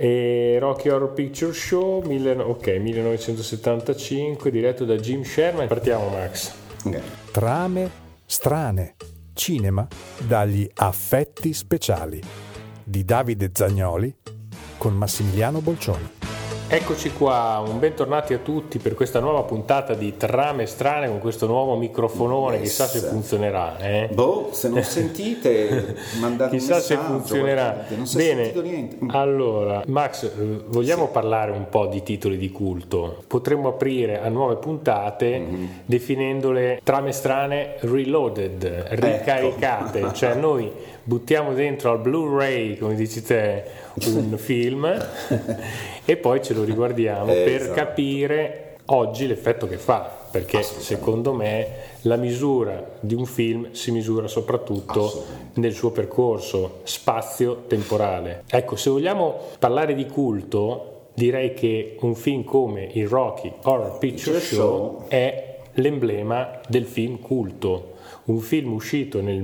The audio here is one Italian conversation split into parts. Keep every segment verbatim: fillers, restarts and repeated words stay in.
E Rocky Horror Picture Show, mille, ok, millenovecentosettantacinque, diretto da Jim Sherman. Partiamo, Max. Okay. Trame strane, cinema dagli affetti speciali di Davide Zagnoli con Massimiliano Bolcioni. Eccoci qua, un bentornati a tutti per questa nuova puntata di Trame strane con questo nuovo microfonone, yes. Chissà se funzionerà. Eh? Boh, se non sentite, mandate chissà un se messaggio. funzionerà. Non si è Bene, sentito niente. Allora, Max, vogliamo sì. parlare un po' di titoli di culto? Potremmo aprire a nuove puntate mm-hmm. definendole Trame strane reloaded, ricaricate, ecco. Cioè noi buttiamo dentro al Blu-ray, come dici te, un film e poi ce lo riguardiamo esatto. per capire oggi l'effetto che fa, perché secondo me la misura di un film si misura soprattutto nel suo percorso spazio-temporale. Ecco, se vogliamo parlare di culto, direi che un film come il Rocky Horror Picture Show è l'emblema del film culto. Un film uscito nel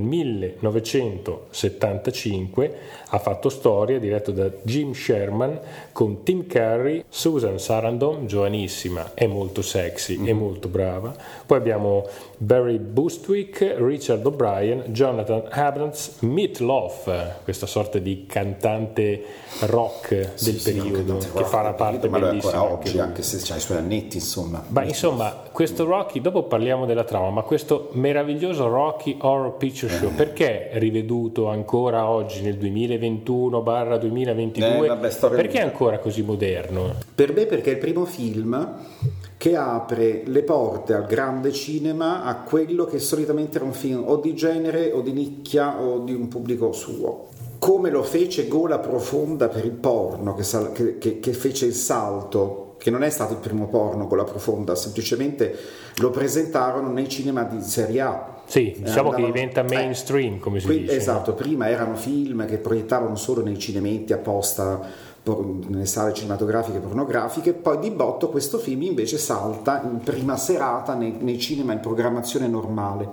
millenovecentosettantacinque, ha fatto storia, diretto da Jim Sherman, con Tim Curry, Susan Sarandon, giovanissima e molto sexy mm. e molto brava. Poi abbiamo Barry Bostwick, Richard O'Brien, Jonathan Abrams, Meat Loaf, questa sorta di cantante rock del sì, periodo, sì, che fa la parte ma bellissima. Ma oggi, anche se c'ha i suoi annetti, insomma. Beh, insomma, questo Rocky, dopo parliamo della trama, ma questo meraviglioso Rocky Horror Picture Show, eh. perché è riveduto ancora oggi nel duemilaventuno duemilaventidue? Eh, vabbè, perché è ancora così moderno? Per me perché è il primo film che apre le porte al grande cinema a quello che solitamente era un film o di genere o di nicchia o di un pubblico suo. Come lo fece Gola Profonda per il porno, che, sal- che, che, che fece il salto, che non è stato il primo porno Gola Profonda, semplicemente lo presentarono nei cinema di serie A. Sì, diciamo andavano, che diventa mainstream, eh, come si qui, dice. Esatto, prima erano film che proiettavano solo nei cinemetti apposta, nelle sale cinematografiche pornografiche, poi di botto questo film invece salta in prima serata nei, nei cinema in programmazione normale.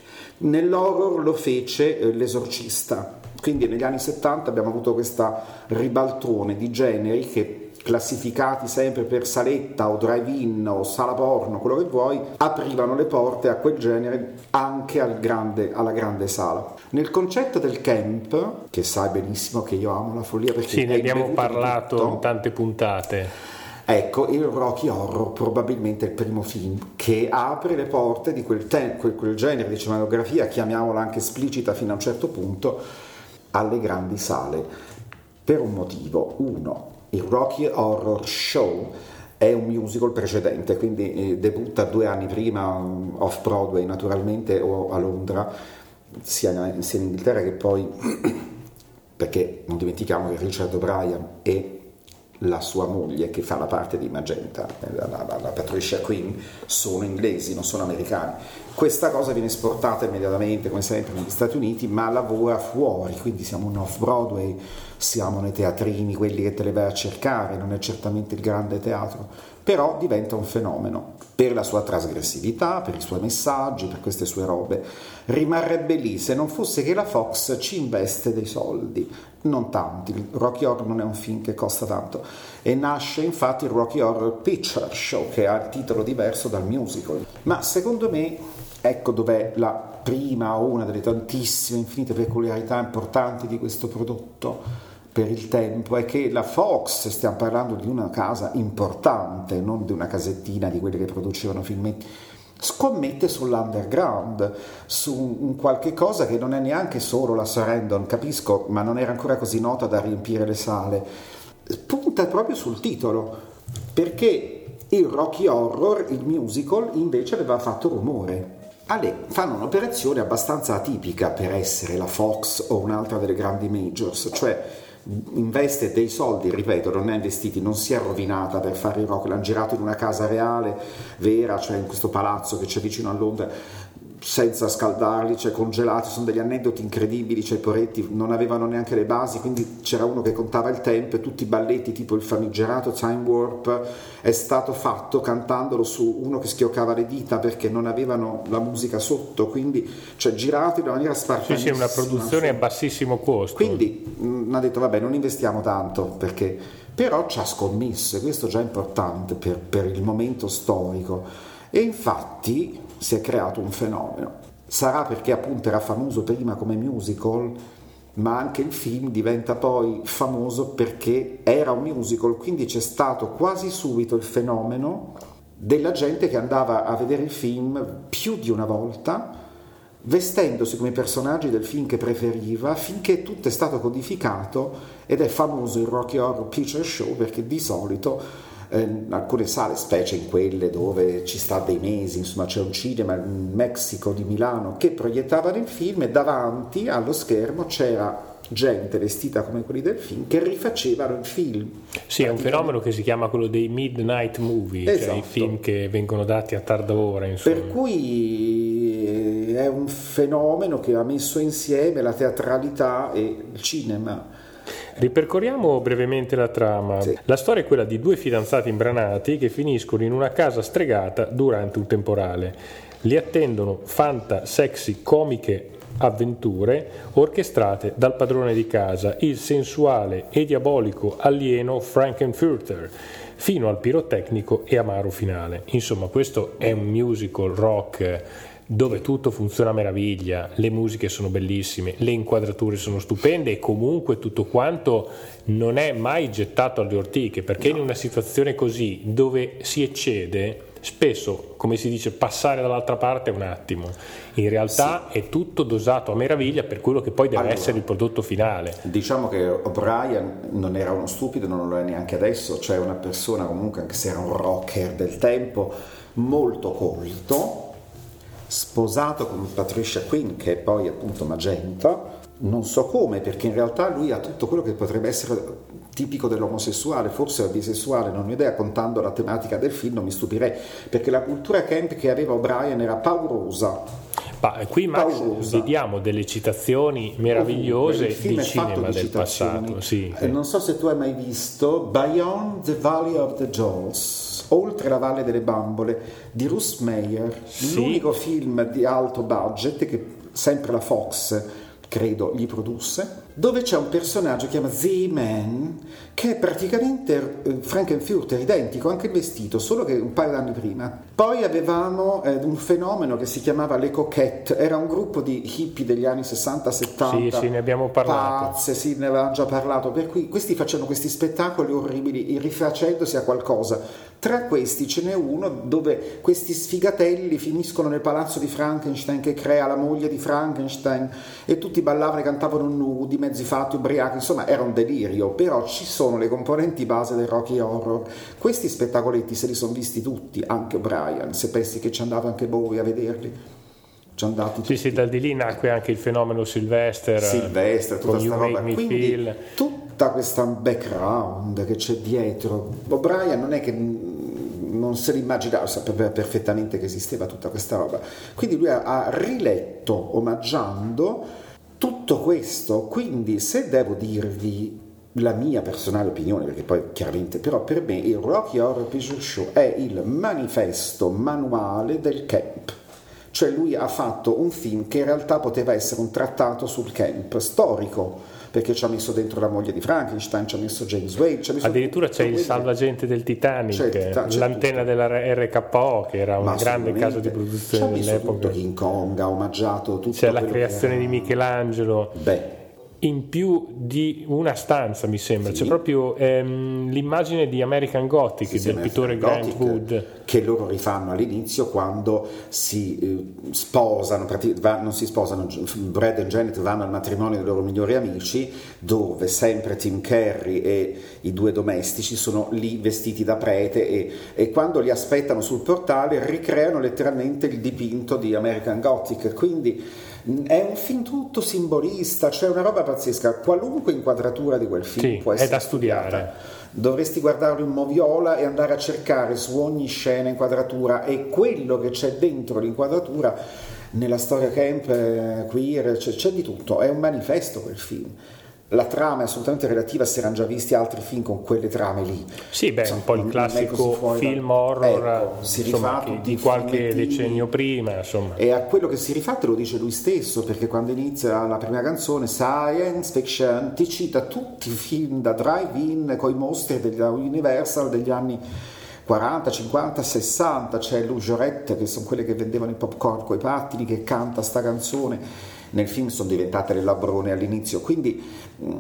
Nell'horror lo fece eh, L'Esorcista, quindi negli anni settanta abbiamo avuto questa ribaltone di generi che, classificati sempre per saletta o drive-in o sala porno, quello che vuoi, aprivano le porte a quel genere anche al grande, alla grande sala. Nel concetto del camp, che sai benissimo che io amo la follia perché sì, ne abbiamo parlato in tante puntate. Ecco, il Rocky Horror probabilmente è il primo film che apre le porte di quel, te- quel, quel genere di cinematografia, chiamiamola anche esplicita fino a un certo punto, alle grandi sale. Per un motivo, uno, il Rocky Horror Show è un musical precedente, quindi eh, debutta due anni prima um, off-Broadway naturalmente o a Londra, sia in, sia in Inghilterra che poi, perché non dimentichiamo che Richard O'Brien e la sua moglie che fa la parte di Magenta, la, la, la Patricia Quinn, sono inglesi, non sono americani. Questa cosa viene esportata immediatamente, come sempre, negli Stati Uniti, ma lavora fuori, quindi siamo un off-Broadway, siamo nei teatrini, quelli che te le vai a cercare, non è certamente il grande teatro, però diventa un fenomeno per la sua trasgressività, per i suoi messaggi, per queste sue robe. Rimarrebbe lì se non fosse che la Fox ci investe dei soldi, non tanti. Il Rocky Horror non è un film che costa tanto e nasce infatti il Rocky Horror Picture Show, che ha il titolo diverso dal musical. Ma secondo me, ecco dov'è la prima o una delle tantissime infinite peculiarità importanti di questo prodotto per il tempo, è che la Fox, stiamo parlando di una casa importante, non di una casettina di quelle che producevano filmetti, scommette sull'underground, su un qualche cosa che non è neanche solo la Sarandon, capisco, ma non era ancora così nota da riempire le sale. Punta proprio sul titolo, perché il Rocky Horror, il musical, invece aveva fatto rumore. Ale, fanno un'operazione abbastanza atipica per essere la Fox o un'altra delle grandi majors, cioè investe dei soldi, ripeto, non ne ha investiti, non si è rovinata per fare il rock, l'hanno girato in una casa reale, vera, cioè in questo palazzo che c'è vicino a Londra, senza scaldarli, cioè congelati, sono degli aneddoti incredibili, cioè i poretti non avevano neanche le basi, quindi c'era uno che contava il tempo e tutti i balletti tipo il famigerato Time Warp è stato fatto cantandolo su uno che schioccava le dita perché non avevano la musica sotto, quindi cioè girato in una maniera spartanissima. Sì, sì, una produzione a bassissimo costo. Quindi mh, ha detto vabbè, non investiamo tanto perché però ci ha scommesso, e questo già è importante per, per il momento storico, e infatti si è creato un fenomeno. Sarà perché appunto era famoso prima come musical, ma anche il film diventa poi famoso perché era un musical, quindi c'è stato quasi subito il fenomeno della gente che andava a vedere il film più di una volta, vestendosi come personaggi del film che preferiva, finché tutto è stato codificato ed è famoso il Rocky Horror Picture Show, perché di solito eh, alcune sale, specie in quelle dove ci sta dei mesi, insomma c'è un cinema in Messico di Milano che proiettavano il film, e davanti allo schermo c'era gente vestita come quelli del film che rifacevano il film. Sì, è un fenomeno che si chiama quello dei midnight movie, esatto. Cioè i film che vengono dati a tarda ora, insomma. Per cui è un fenomeno che ha messo insieme la teatralità e il cinema. Ripercorriamo brevemente la trama. Sì. La storia è quella di due fidanzati imbranati che finiscono in una casa stregata durante un temporale. Li attendono fanta, sexy, comiche avventure orchestrate dal padrone di casa, il sensuale e diabolico alieno Frankenfurter, fino al pirotecnico e amaro finale. Insomma, questo è un musical rock dove tutto funziona a meraviglia, le musiche sono bellissime, le inquadrature sono stupende, e comunque tutto quanto non è mai gettato alle ortiche, perché no. In una situazione così dove si eccede, spesso, come si dice, passare dall'altra parte è un attimo. In realtà sì. È tutto dosato a meraviglia per quello che poi deve allora, essere il prodotto finale. Diciamo che O'Brien non era uno stupido, non lo è neanche adesso, cioè una persona comunque, anche se era un rocker del tempo, molto colto, sposato con Patricia Quinn, che è poi appunto Magenta, non so come, perché in realtà lui ha tutto quello che potrebbe essere tipico dell'omosessuale, forse bisessuale, non ho idea, contando la tematica del film non mi stupirei, perché la cultura camp che aveva O'Brien era paurosa. Ma qui Max paurosa. Vediamo delle citazioni meravigliose di cinema del passato. Sì, eh, non so se tu hai mai visto Beyond the Valley of the Dolls, Oltre la Valle delle Bambole, di Russ Meyer, sì. L'unico film di alto budget che sempre la Fox credo gli produsse, dove c'è un personaggio che si chiama Z-Man, che è praticamente eh, Frankenfurter, identico, anche il vestito, solo che un paio d'anni prima. Poi avevamo eh, un fenomeno che si chiamava Le Coquette, era un gruppo di hippie degli anni sessanta settanta. Sì, sì, ne abbiamo parlato. Pazze, sì, ne avevamo già parlato, per cui questi facevano questi spettacoli orribili, rifacendosi a qualcosa. Tra questi ce n'è uno dove questi sfigatelli finiscono nel palazzo di Frankenstein, che crea la moglie di Frankenstein, e tutti ballavano e cantavano nudi, mezzi fatti, ubriachi, insomma era un delirio, però ci sono le componenti base del Rocky Horror. Questi spettacoletti se li sono visti tutti, anche O'Brien, se pensi che ci andava anche Bowie a vederli. Ci andati tutti. Sì, sì, dal di lì nacque anche il fenomeno Sylvester. Sylvester, tutta questa roba. Quindi feel. tutta questa background che c'è dietro. O'Brien non è che non se l'immaginava, sapeva perfettamente che esisteva tutta questa roba. Quindi lui ha, ha riletto, omaggiando tutto questo. Quindi se devo dirvi la mia personale opinione, perché poi chiaramente, però per me il Rocky Horror Picture Show è il manifesto manuale del camp. Cioè lui ha fatto un film che in realtà poteva essere un trattato sul camp storico, perché ci ha messo dentro la moglie di Frankenstein, ci ha messo James Wade, ci ha messo addirittura c'è il salvagente del Titanic, c'è il tita- c'è l'antenna tutto. Della R K O, che era un grande caso di produzione dell'epoca. King Kong ha omaggiato tutto. C'è la creazione di Michelangelo. Beh, in più di una stanza, mi sembra, sì. C'è proprio ehm, l'immagine di American Gothic, sì, del pittore Grant Wood, che loro rifanno all'inizio quando si eh, sposano, va, non si sposano, Brad e Janet vanno al matrimonio dei loro migliori amici, dove sempre Tim Curry e i due domestici sono lì vestiti da prete, e, e quando li aspettano sul portale ricreano letteralmente il dipinto di American Gothic. Quindi è un film tutto simbolista, c'è cioè una roba pazzesca. Qualunque inquadratura di quel film sì, può essere è da studiare. studiata. Dovresti guardarlo in moviola e andare a cercare su ogni scena inquadratura, e quello che c'è dentro l'inquadratura nella storia camp, eh, queer, c'è, c'è di tutto. È un manifesto quel film. la trama è assolutamente relativa se erano già visti altri film con quelle trame lì. Sì, beh, insomma, un po' il classico film da... horror, ecco, si insomma, che, di qualche decennio prima, insomma. E a quello che si rifà te lo dice lui stesso, perché quando inizia la prima canzone, Science Fiction, ti cita tutti i film da drive-in con i mostri della Universal degli anni quaranta, cinquanta, sessanta. C'è Lugorette, che sono quelle che vendevano il popcorn coi pattini, che canta sta canzone. Nel film sono diventate le labbrone all'inizio, quindi mm,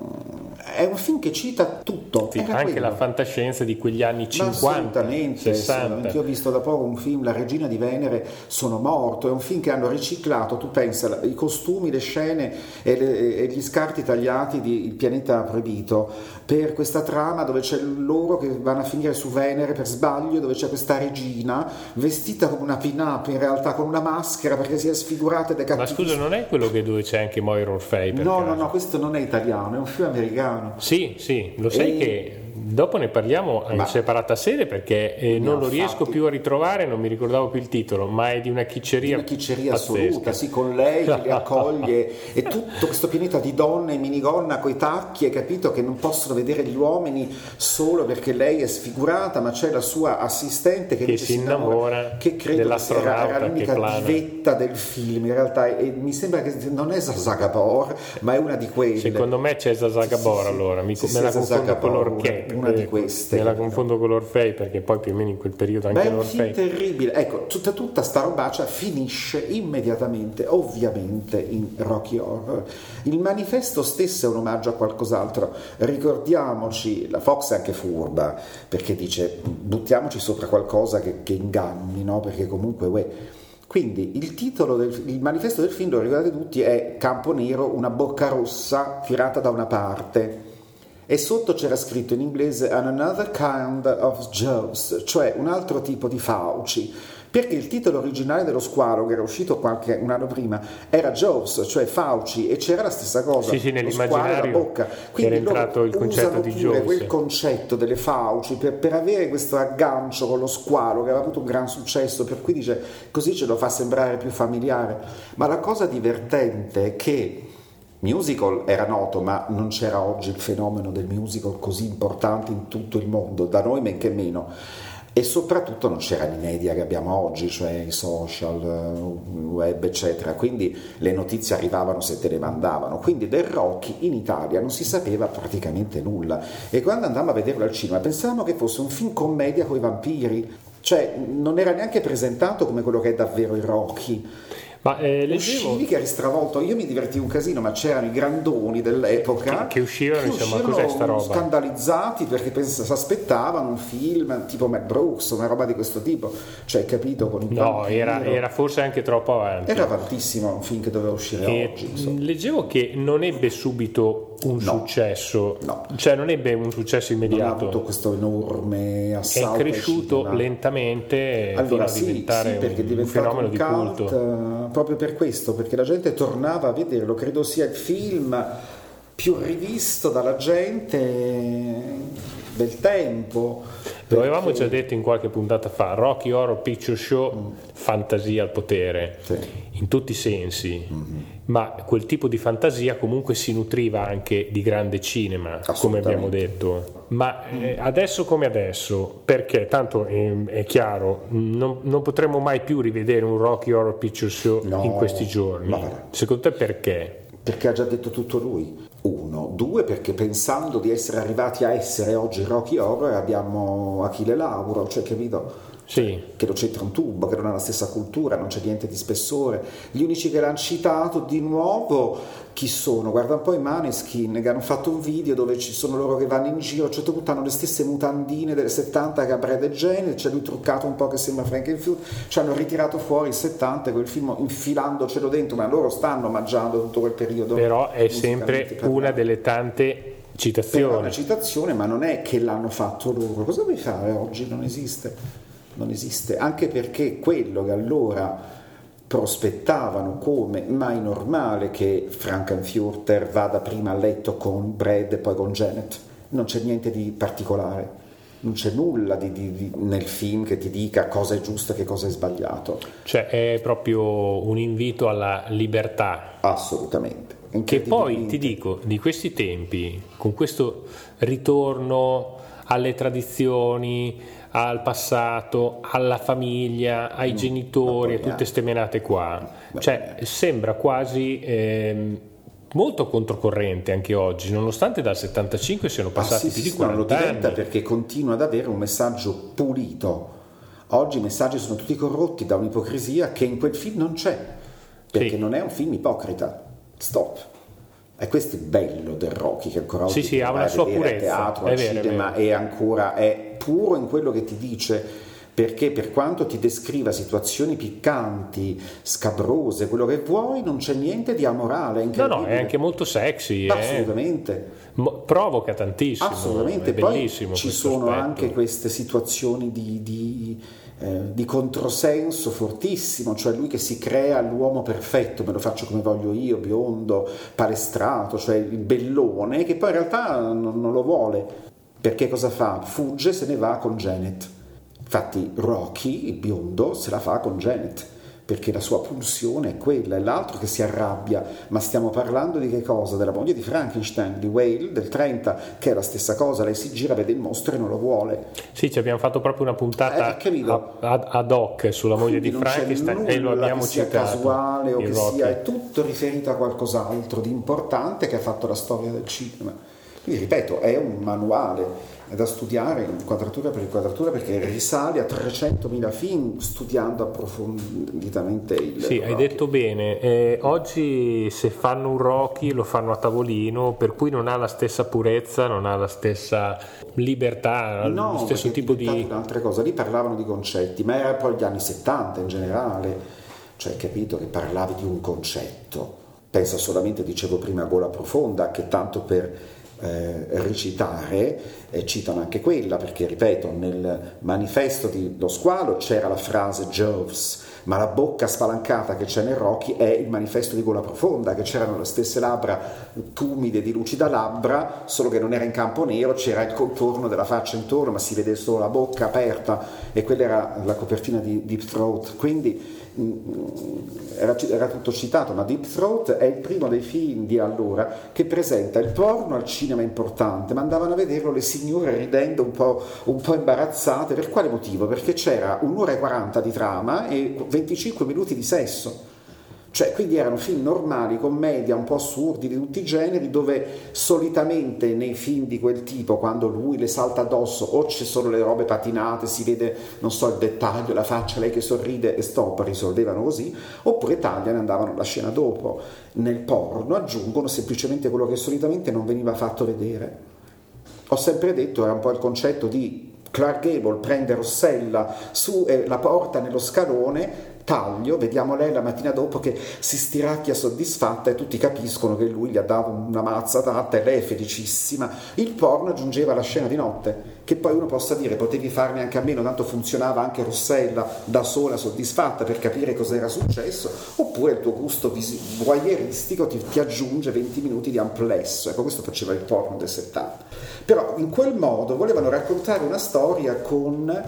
è un film che cita tutto. Sì, anche quello. La fantascienza di quegli anni cinquanta, assolutamente, sessanta. Io ho visto da poco un film, La regina di Venere, sono morto, è un film che hanno riciclato, tu pensa, i costumi, le scene e, le, e gli scarti tagliati di Il pianeta proibito per questa trama dove c'è loro che vanno a finire su Venere per sbaglio, dove c'è questa regina vestita come una pin-up, in realtà con una maschera perché si è sfigurata ed è cattiva. Ma scusa, non è quello che dove c'è anche Moira Orfei? No, caso. no, no, questo non è italiano, è un film americano. Sì, sì, lo sai e... che dopo ne parliamo in separata sede perché eh, non lo riesco più a ritrovare, non mi ricordavo più il titolo, ma è di una chicceria, una chicceria pazzesca. Assoluta, sì, con lei che li accoglie e tutto questo pianeta di donne in minigonna coi tacchi, hai capito, che non possono vedere gli uomini solo perché lei è sfigurata, ma c'è la sua assistente che, che si innamora, che credo che era, era l'unica divetta del film in realtà, e mi sembra che non è Zsa Zsa Gabor, ma è una di quelle. Secondo me c'è Zsa Zsa Gabor, sì, allora mi, sì, me la confondo con l'Orchei. Una di queste me la confondo con l'Orfei perché poi più o meno in quel periodo anche Beh, l'Orfei. Beh, terribile. Ecco, tutta, tutta sta robaccia finisce immediatamente, ovviamente, in Rocky Horror. Il manifesto stesso è un omaggio a qualcos'altro. Ricordiamoci, la Fox è anche furba perché dice buttiamoci sopra qualcosa che, che inganni, no? Perché comunque uè. Quindi il titolo del il manifesto del film, lo ricordate tutti, è Campo Nero, una bocca rossa tirata da una parte. E sotto c'era scritto in inglese "An another kind of Jaws", cioè un altro tipo di Fauci, perché il titolo originale dello squalo, che era uscito qualche un anno prima, era Jaws, cioè Fauci, e c'era la stessa cosa, sì, sì, nell'immaginario la bocca. Quindi era entrato il concetto di Jaws, quel concetto delle Fauci per, per avere questo aggancio con lo squalo che aveva avuto un gran successo, per cui dice così ce lo fa sembrare più familiare. Ma la cosa divertente è che musical era noto, ma non c'era oggi il fenomeno del musical così importante in tutto il mondo, da noi men che meno, e soprattutto non c'erano i media che abbiamo oggi, cioè i social, web eccetera, quindi le notizie arrivavano se te le mandavano, quindi del Rocky in Italia non si sapeva praticamente nulla, e quando andavamo a vederlo al cinema pensavamo che fosse un film commedia coi vampiri, cioè non era neanche presentato come quello che è davvero il Rocky. Ma eh, leggevo... uscivi che eri stravolto, io mi divertivo un casino, ma c'erano i grandoni dell'epoca che, che uscivano, che diciamo, uscivano cos'è sta roba? Scandalizzati perché pens- si aspettavano un film tipo Mel Brooks, una roba di questo tipo, cioè capito, con il no, era, era forse anche troppo avanti, era avantissimo un film che doveva uscire e oggi, insomma. Leggevo che non ebbe subito un no, successo, no. cioè non ebbe un successo immediato, non ha avuto questo enorme assalto, è cresciuto lentamente allora, fino sì, a diventare sì, perché un, un fenomeno un di cult, culto, uh, proprio per questo, perché la gente tornava a vederlo, credo sia il film più rivisto dalla gente del tempo. Lo avevamo già detto in qualche puntata fa, Rocky Horror Picture Show, mm. fantasia al potere, sì. in tutti i sensi, mm-hmm. ma quel tipo di fantasia comunque si nutriva anche di grande cinema, come abbiamo detto. Ma eh, adesso come adesso, perché tanto eh, è chiaro, non, non potremo mai più rivedere un Rocky Horror Picture Show no, in questi giorni. Secondo te perché? Perché ha già detto tutto lui. Uno, due, perché pensando di essere arrivati a essere oggi Rocky Horror abbiamo Achille Lauro, cioè capito? Sì. Che non c'entra un tubo, che non ha la stessa cultura, non c'è niente di spessore. Gli unici che l'hanno citato di nuovo chi sono? Guarda un po' i Maneskin, che hanno fatto un video dove ci sono loro che vanno in giro, a un certo punto hanno le stesse mutandine delle settanta che ha Brad e Jane, c'è lui truccato un po' che sembra Frankenfield, ci hanno ritirato fuori il settanta quel film infilandocelo dentro, ma loro stanno omaggiando tutto quel periodo. Però è sempre una delle tante citazioni. È una citazione, ma non è che l'hanno fatto loro. Cosa vuoi fare oggi? Non esiste. Non esiste, anche perché quello che allora prospettavano come mai normale che Frankenfurter vada prima a letto con Brad e poi con Janet, non c'è niente di particolare, non c'è nulla di, di, di, nel film che ti dica cosa è giusto e che cosa è sbagliato. Cioè è proprio un invito alla libertà. Assolutamente. che poi ti dico, di questi tempi, con questo ritorno alle tradizioni, al passato, alla famiglia, ai mm, genitori e tutte ste menate qua, beh, cioè sembra quasi ehm, molto controcorrente anche oggi, nonostante dal settantacinque siano passati ah, sì, più sì, di quaranta no, lo diventa anni, perché continua ad avere un messaggio pulito. Oggi i messaggi sono tutti corrotti da un'ipocrisia che in quel film non c'è, perché sì. non è un film ipocrita. Stop. E questo è il bello del Rocky, che ancora oggi sì, sì, ha una sua purezza, teatro, al vero, cinema, è, è ancora è puro in quello che ti dice, perché per quanto ti descriva situazioni piccanti, scabrose, quello che vuoi, non c'è niente di amorale. È no, no, è anche molto sexy. Assolutamente. Eh. Provoca tantissimo. Assolutamente. È bellissimo. Poi ci sono aspetto. anche queste situazioni di... di Eh, di controsenso fortissimo, cioè lui che si crea l'uomo perfetto, me lo faccio come voglio io, biondo, palestrato, cioè il bellone, che poi in realtà non, non lo vuole, perché cosa fa? Fugge, se ne va con Janet. Infatti Rocky, il biondo, se la fa con Janet, perché la sua pulsione è quella, è l'altro che si arrabbia. Ma stiamo parlando di che cosa? Della moglie di Frankenstein, di Whale, del trenta, che è la stessa cosa, lei si gira, vede il mostro e non lo vuole. Sì, ci abbiamo fatto proprio una puntata eh, ad, ad hoc sulla moglie Quindi di Frankenstein e lo abbiamo che sia citato. Casuale o che Rocky. sia, è tutto riferito a qualcos'altro di importante che ha fatto la storia del cinema. Quindi ripeto, è un manuale. È da studiare inquadratura per inquadratura, perché risale a trecentomila film studiando approfonditamente il Sì, Rocky. Hai detto bene. Eh, oggi se fanno un Rocky lo fanno a tavolino, per cui non ha la stessa purezza, non ha la stessa libertà, no, lo stesso tipo di... un'altra cosa, lì parlavano di concetti, ma era poi gli anni settanta in generale, cioè capito che parlavi di un concetto. Pensa solamente, dicevo prima, a Gola Profonda, che tanto per Eh, recitare eh, citano anche quella, perché ripeto, nel manifesto di Lo Squalo c'era la frase Joves, ma la bocca spalancata che c'è nel Rocky è il manifesto di Gola Profonda, che c'erano le stesse labbra tumide di lucida labbra, solo che non era in campo nero, c'era il contorno della faccia intorno, ma si vede solo la bocca aperta, e quella era la copertina di Deep Throat. Quindi Era, era tutto citato, ma Deep Throat è il primo dei film di allora che presenta il porno al cinema importante, ma andavano a vederlo le signore ridendo un po', un po' imbarazzate. Per quale motivo? Perché c'era un'ora e quaranta di trama e venticinque minuti di sesso. Cioè, quindi erano film normali, commedia, un po' assurdi di tutti i generi, dove solitamente nei film di quel tipo, quando lui le salta addosso, o ci sono le robe patinate, si vede, non so, il dettaglio, la faccia, lei che sorride e stop, risolvevano così, oppure tagliano e andavano alla scena dopo. Nel porno aggiungono semplicemente quello che solitamente non veniva fatto vedere. Ho sempre detto, era un po' il concetto di Clark Gable prende Rossella su e la porta nello scalone, taglio, vediamo lei la mattina dopo che si stiracchia soddisfatta e tutti capiscono che lui gli ha dato una mazza tatta e lei è felicissima. Il porno aggiungeva la scena di notte, che poi uno possa dire potevi farne anche a meno, tanto funzionava anche Rossella da sola soddisfatta per capire cosa era successo, oppure il tuo gusto vis- voyeuristico ti, ti aggiunge venti minuti di amplesso. Ecco, questo faceva il porno del settanta. Però in quel modo volevano raccontare una storia con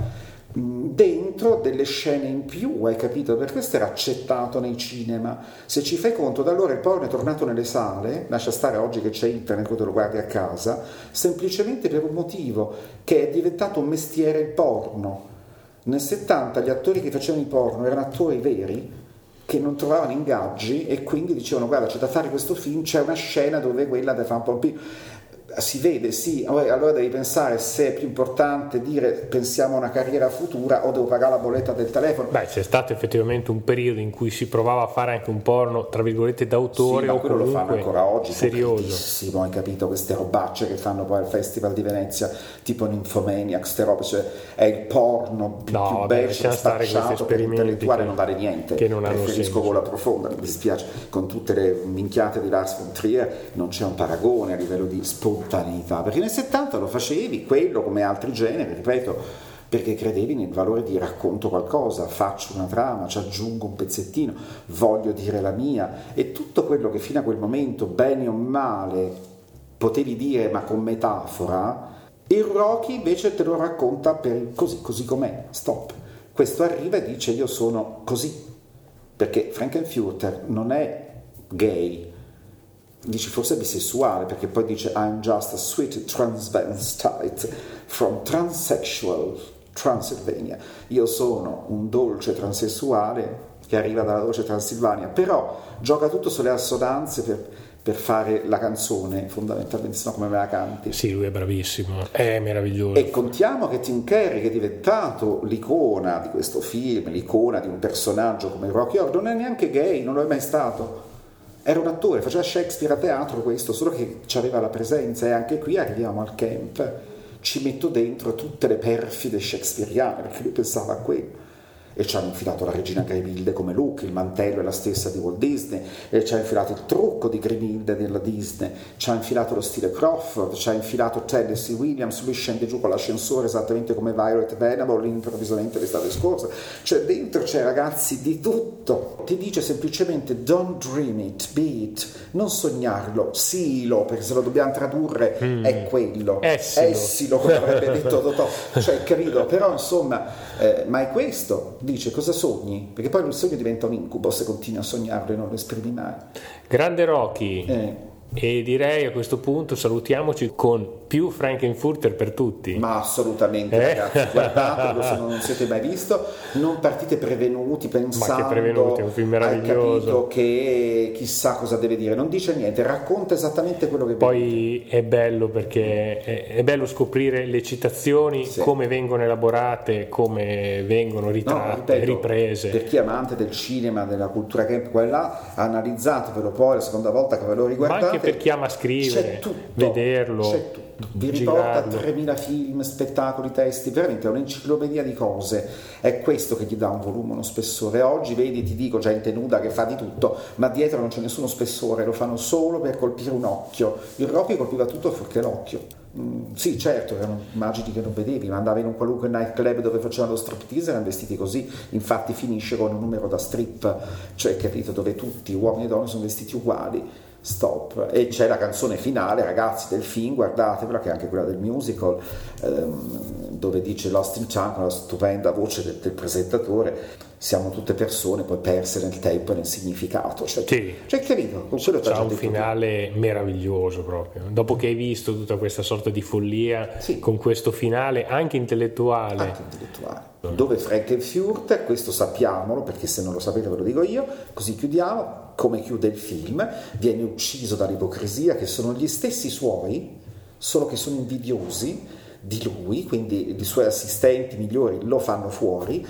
dentro delle scene in più, hai capito? Per questo era accettato nei cinema. Se ci fai conto, da allora il porno è tornato nelle sale, lascia stare oggi che c'è internet, che te lo guardi a casa, semplicemente per un motivo, che è diventato un mestiere il porno. Nel settanta gli attori che facevano i porno erano attori veri, che non trovavano ingaggi e quindi dicevano guarda, c'è da fare questo film, c'è una scena dove quella deve fare un po' più... Si vede, sì, allora devi pensare se è più importante dire pensiamo a una carriera futura o devo pagare la bolletta del telefono. Beh, c'è stato effettivamente un periodo in cui si provava a fare anche un porno tra virgolette d'autore, sì, o quello lo fanno ancora oggi, serioso. Hai capito, queste robacce che fanno poi al Festival di Venezia tipo Nymphomaniac, queste robe, cioè è il porno più, no, più vabbè, bello, spacciato per l'intellettuale, non vale niente, che non preferisco Gola Profonda, mi dispiace, con tutte le minchiate di Lars von Trier non c'è un paragone a livello di spontaneità, perché nel settanta lo facevi, quello come altri generi, ripeto, perché credevi nel valore di racconto qualcosa, faccio una trama, ci aggiungo un pezzettino, voglio dire la mia, e tutto quello che fino a quel momento, bene o male, potevi dire ma con metafora, il Rocky invece te lo racconta per così, così com'è, stop. Questo arriva e dice io sono così, perché Frankenfurter non è gay, dici forse bisessuale, perché poi dice I'm just a sweet transvestite from transsexual Transylvania. Io sono un dolce transessuale che arriva dalla dolce Transilvania, però gioca tutto sulle assonanze per, per fare la canzone, fondamentalmente, se no come me la canti. Sì, lui è bravissimo, è meraviglioso. E contiamo che Tim Curry, che è diventato l'icona di questo film, l'icona di un personaggio come Rocky Horror, non è neanche gay, non lo è mai stato. Era un attore, faceva Shakespeare a teatro questo, solo che aveva la presenza, e anche qui arriviamo al camp. Ci metto dentro tutte le perfide shakespeariane, perché lui pensava a quello. E ci hanno infilato la regina Grimilde come look, il mantello è la stessa di Walt Disney, e ci ha infilato il trucco di Grimilde della Disney, ci ha infilato lo stile Crawford, ci ha infilato Tennessee Williams, lui scende giù con l'ascensore esattamente come Violet Venable improvvisamente l'estate scorsa, cioè dentro c'è, ragazzi, di tutto. Ti dice semplicemente don't dream it, be it, non sognarlo, silo, perché se lo dobbiamo tradurre mm. è quello, essilo, essilo come avrebbe detto Totò, cioè capito, però insomma, eh, ma è questo. Dice cosa sogni? Perché poi il sogno diventa un incubo se continui a sognarlo e non lo esprimi mai. Grande Rocky. Eh. E direi a questo punto salutiamoci con più Frankenfurter per tutti. Ma assolutamente, eh? ragazzi, guardatelo se non siete mai visto, non partite prevenuti pensando Ma che prevenuti, è un film meraviglioso, hai capito che chissà cosa deve dire, non dice niente, racconta esattamente quello che poi vedete. È bello perché è, è bello scoprire le citazioni, sì. come vengono elaborate, come vengono ritratte, no, ripeto, riprese. Per chi è amante del cinema, della cultura camp, quella, analizzatevelo poi la seconda volta che ve lo riguardate. Ma anche per chi ama scrivere, c'è tutto, vederlo, c'è tutto. Vi riporta tremila film, spettacoli, testi, veramente è un'enciclopedia di cose. È questo che gli dà un volume, uno spessore. Oggi vedi, ti dico, gente nuda che fa di tutto, ma dietro non c'è nessuno spessore, lo fanno solo per colpire un occhio. Il Rocky colpiva tutto fuorché l'occhio. Mm, sì, certo, erano immagini che non vedevi, ma andavi in un qualunque nightclub dove facevano lo striptease, erano vestiti così. Infatti finisce con un numero da strip, cioè capito, dove tutti, uomini e donne, sono vestiti uguali. Stop. E c'è la canzone finale, ragazzi, del film, guardatevela, che è anche quella del musical, ehm, dove dice Lost in Time con la stupenda voce del, del presentatore: siamo tutte persone poi perse nel tempo e nel significato, cioè, sì. cioè capito? C'è un finale tutto. Meraviglioso proprio, dopo che hai visto tutta questa sorta di follia, sì. con questo finale anche intellettuale, anche intellettuale. Dove Frankenfurter, questo sappiamolo perché se non lo sapete ve lo dico io, così chiudiamo, come chiude il film, viene ucciso dall'ipocrisia, che sono gli stessi suoi, solo che sono invidiosi di lui, quindi i suoi assistenti migliori lo fanno fuori,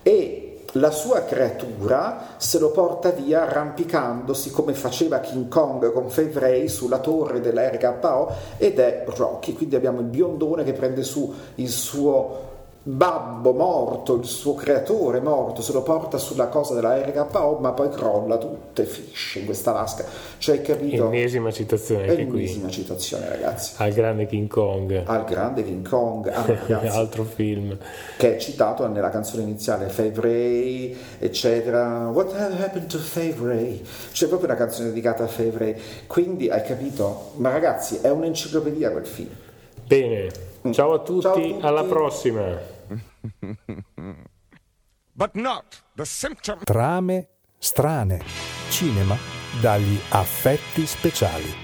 e la sua creatura se lo porta via arrampicandosi come faceva King Kong con Fevray sulla torre della R K O, ed è Rocky. Quindi abbiamo il biondone che prende su il suo babbo morto, il suo creatore morto, se lo porta sulla cosa della R K O, ma poi crolla tutto e finisce in questa vasca. Cioè, capito? Ennesima citazione anche qui. Ennesima citazione, ragazzi. Al grande King Kong. Al grande King Kong. Ah, ragazzi, altro film. Che è citato nella canzone iniziale, Fevray, eccetera. What happened to Fevray? C'è proprio una canzone dedicata a Fevray. Quindi, hai capito? Ma ragazzi, è un'enciclopedia quel film. Bene. Ciao a tutti, Ciao a tutti. Alla prossima. But not the symptom. Trame strane. Cinema dagli affetti speciali.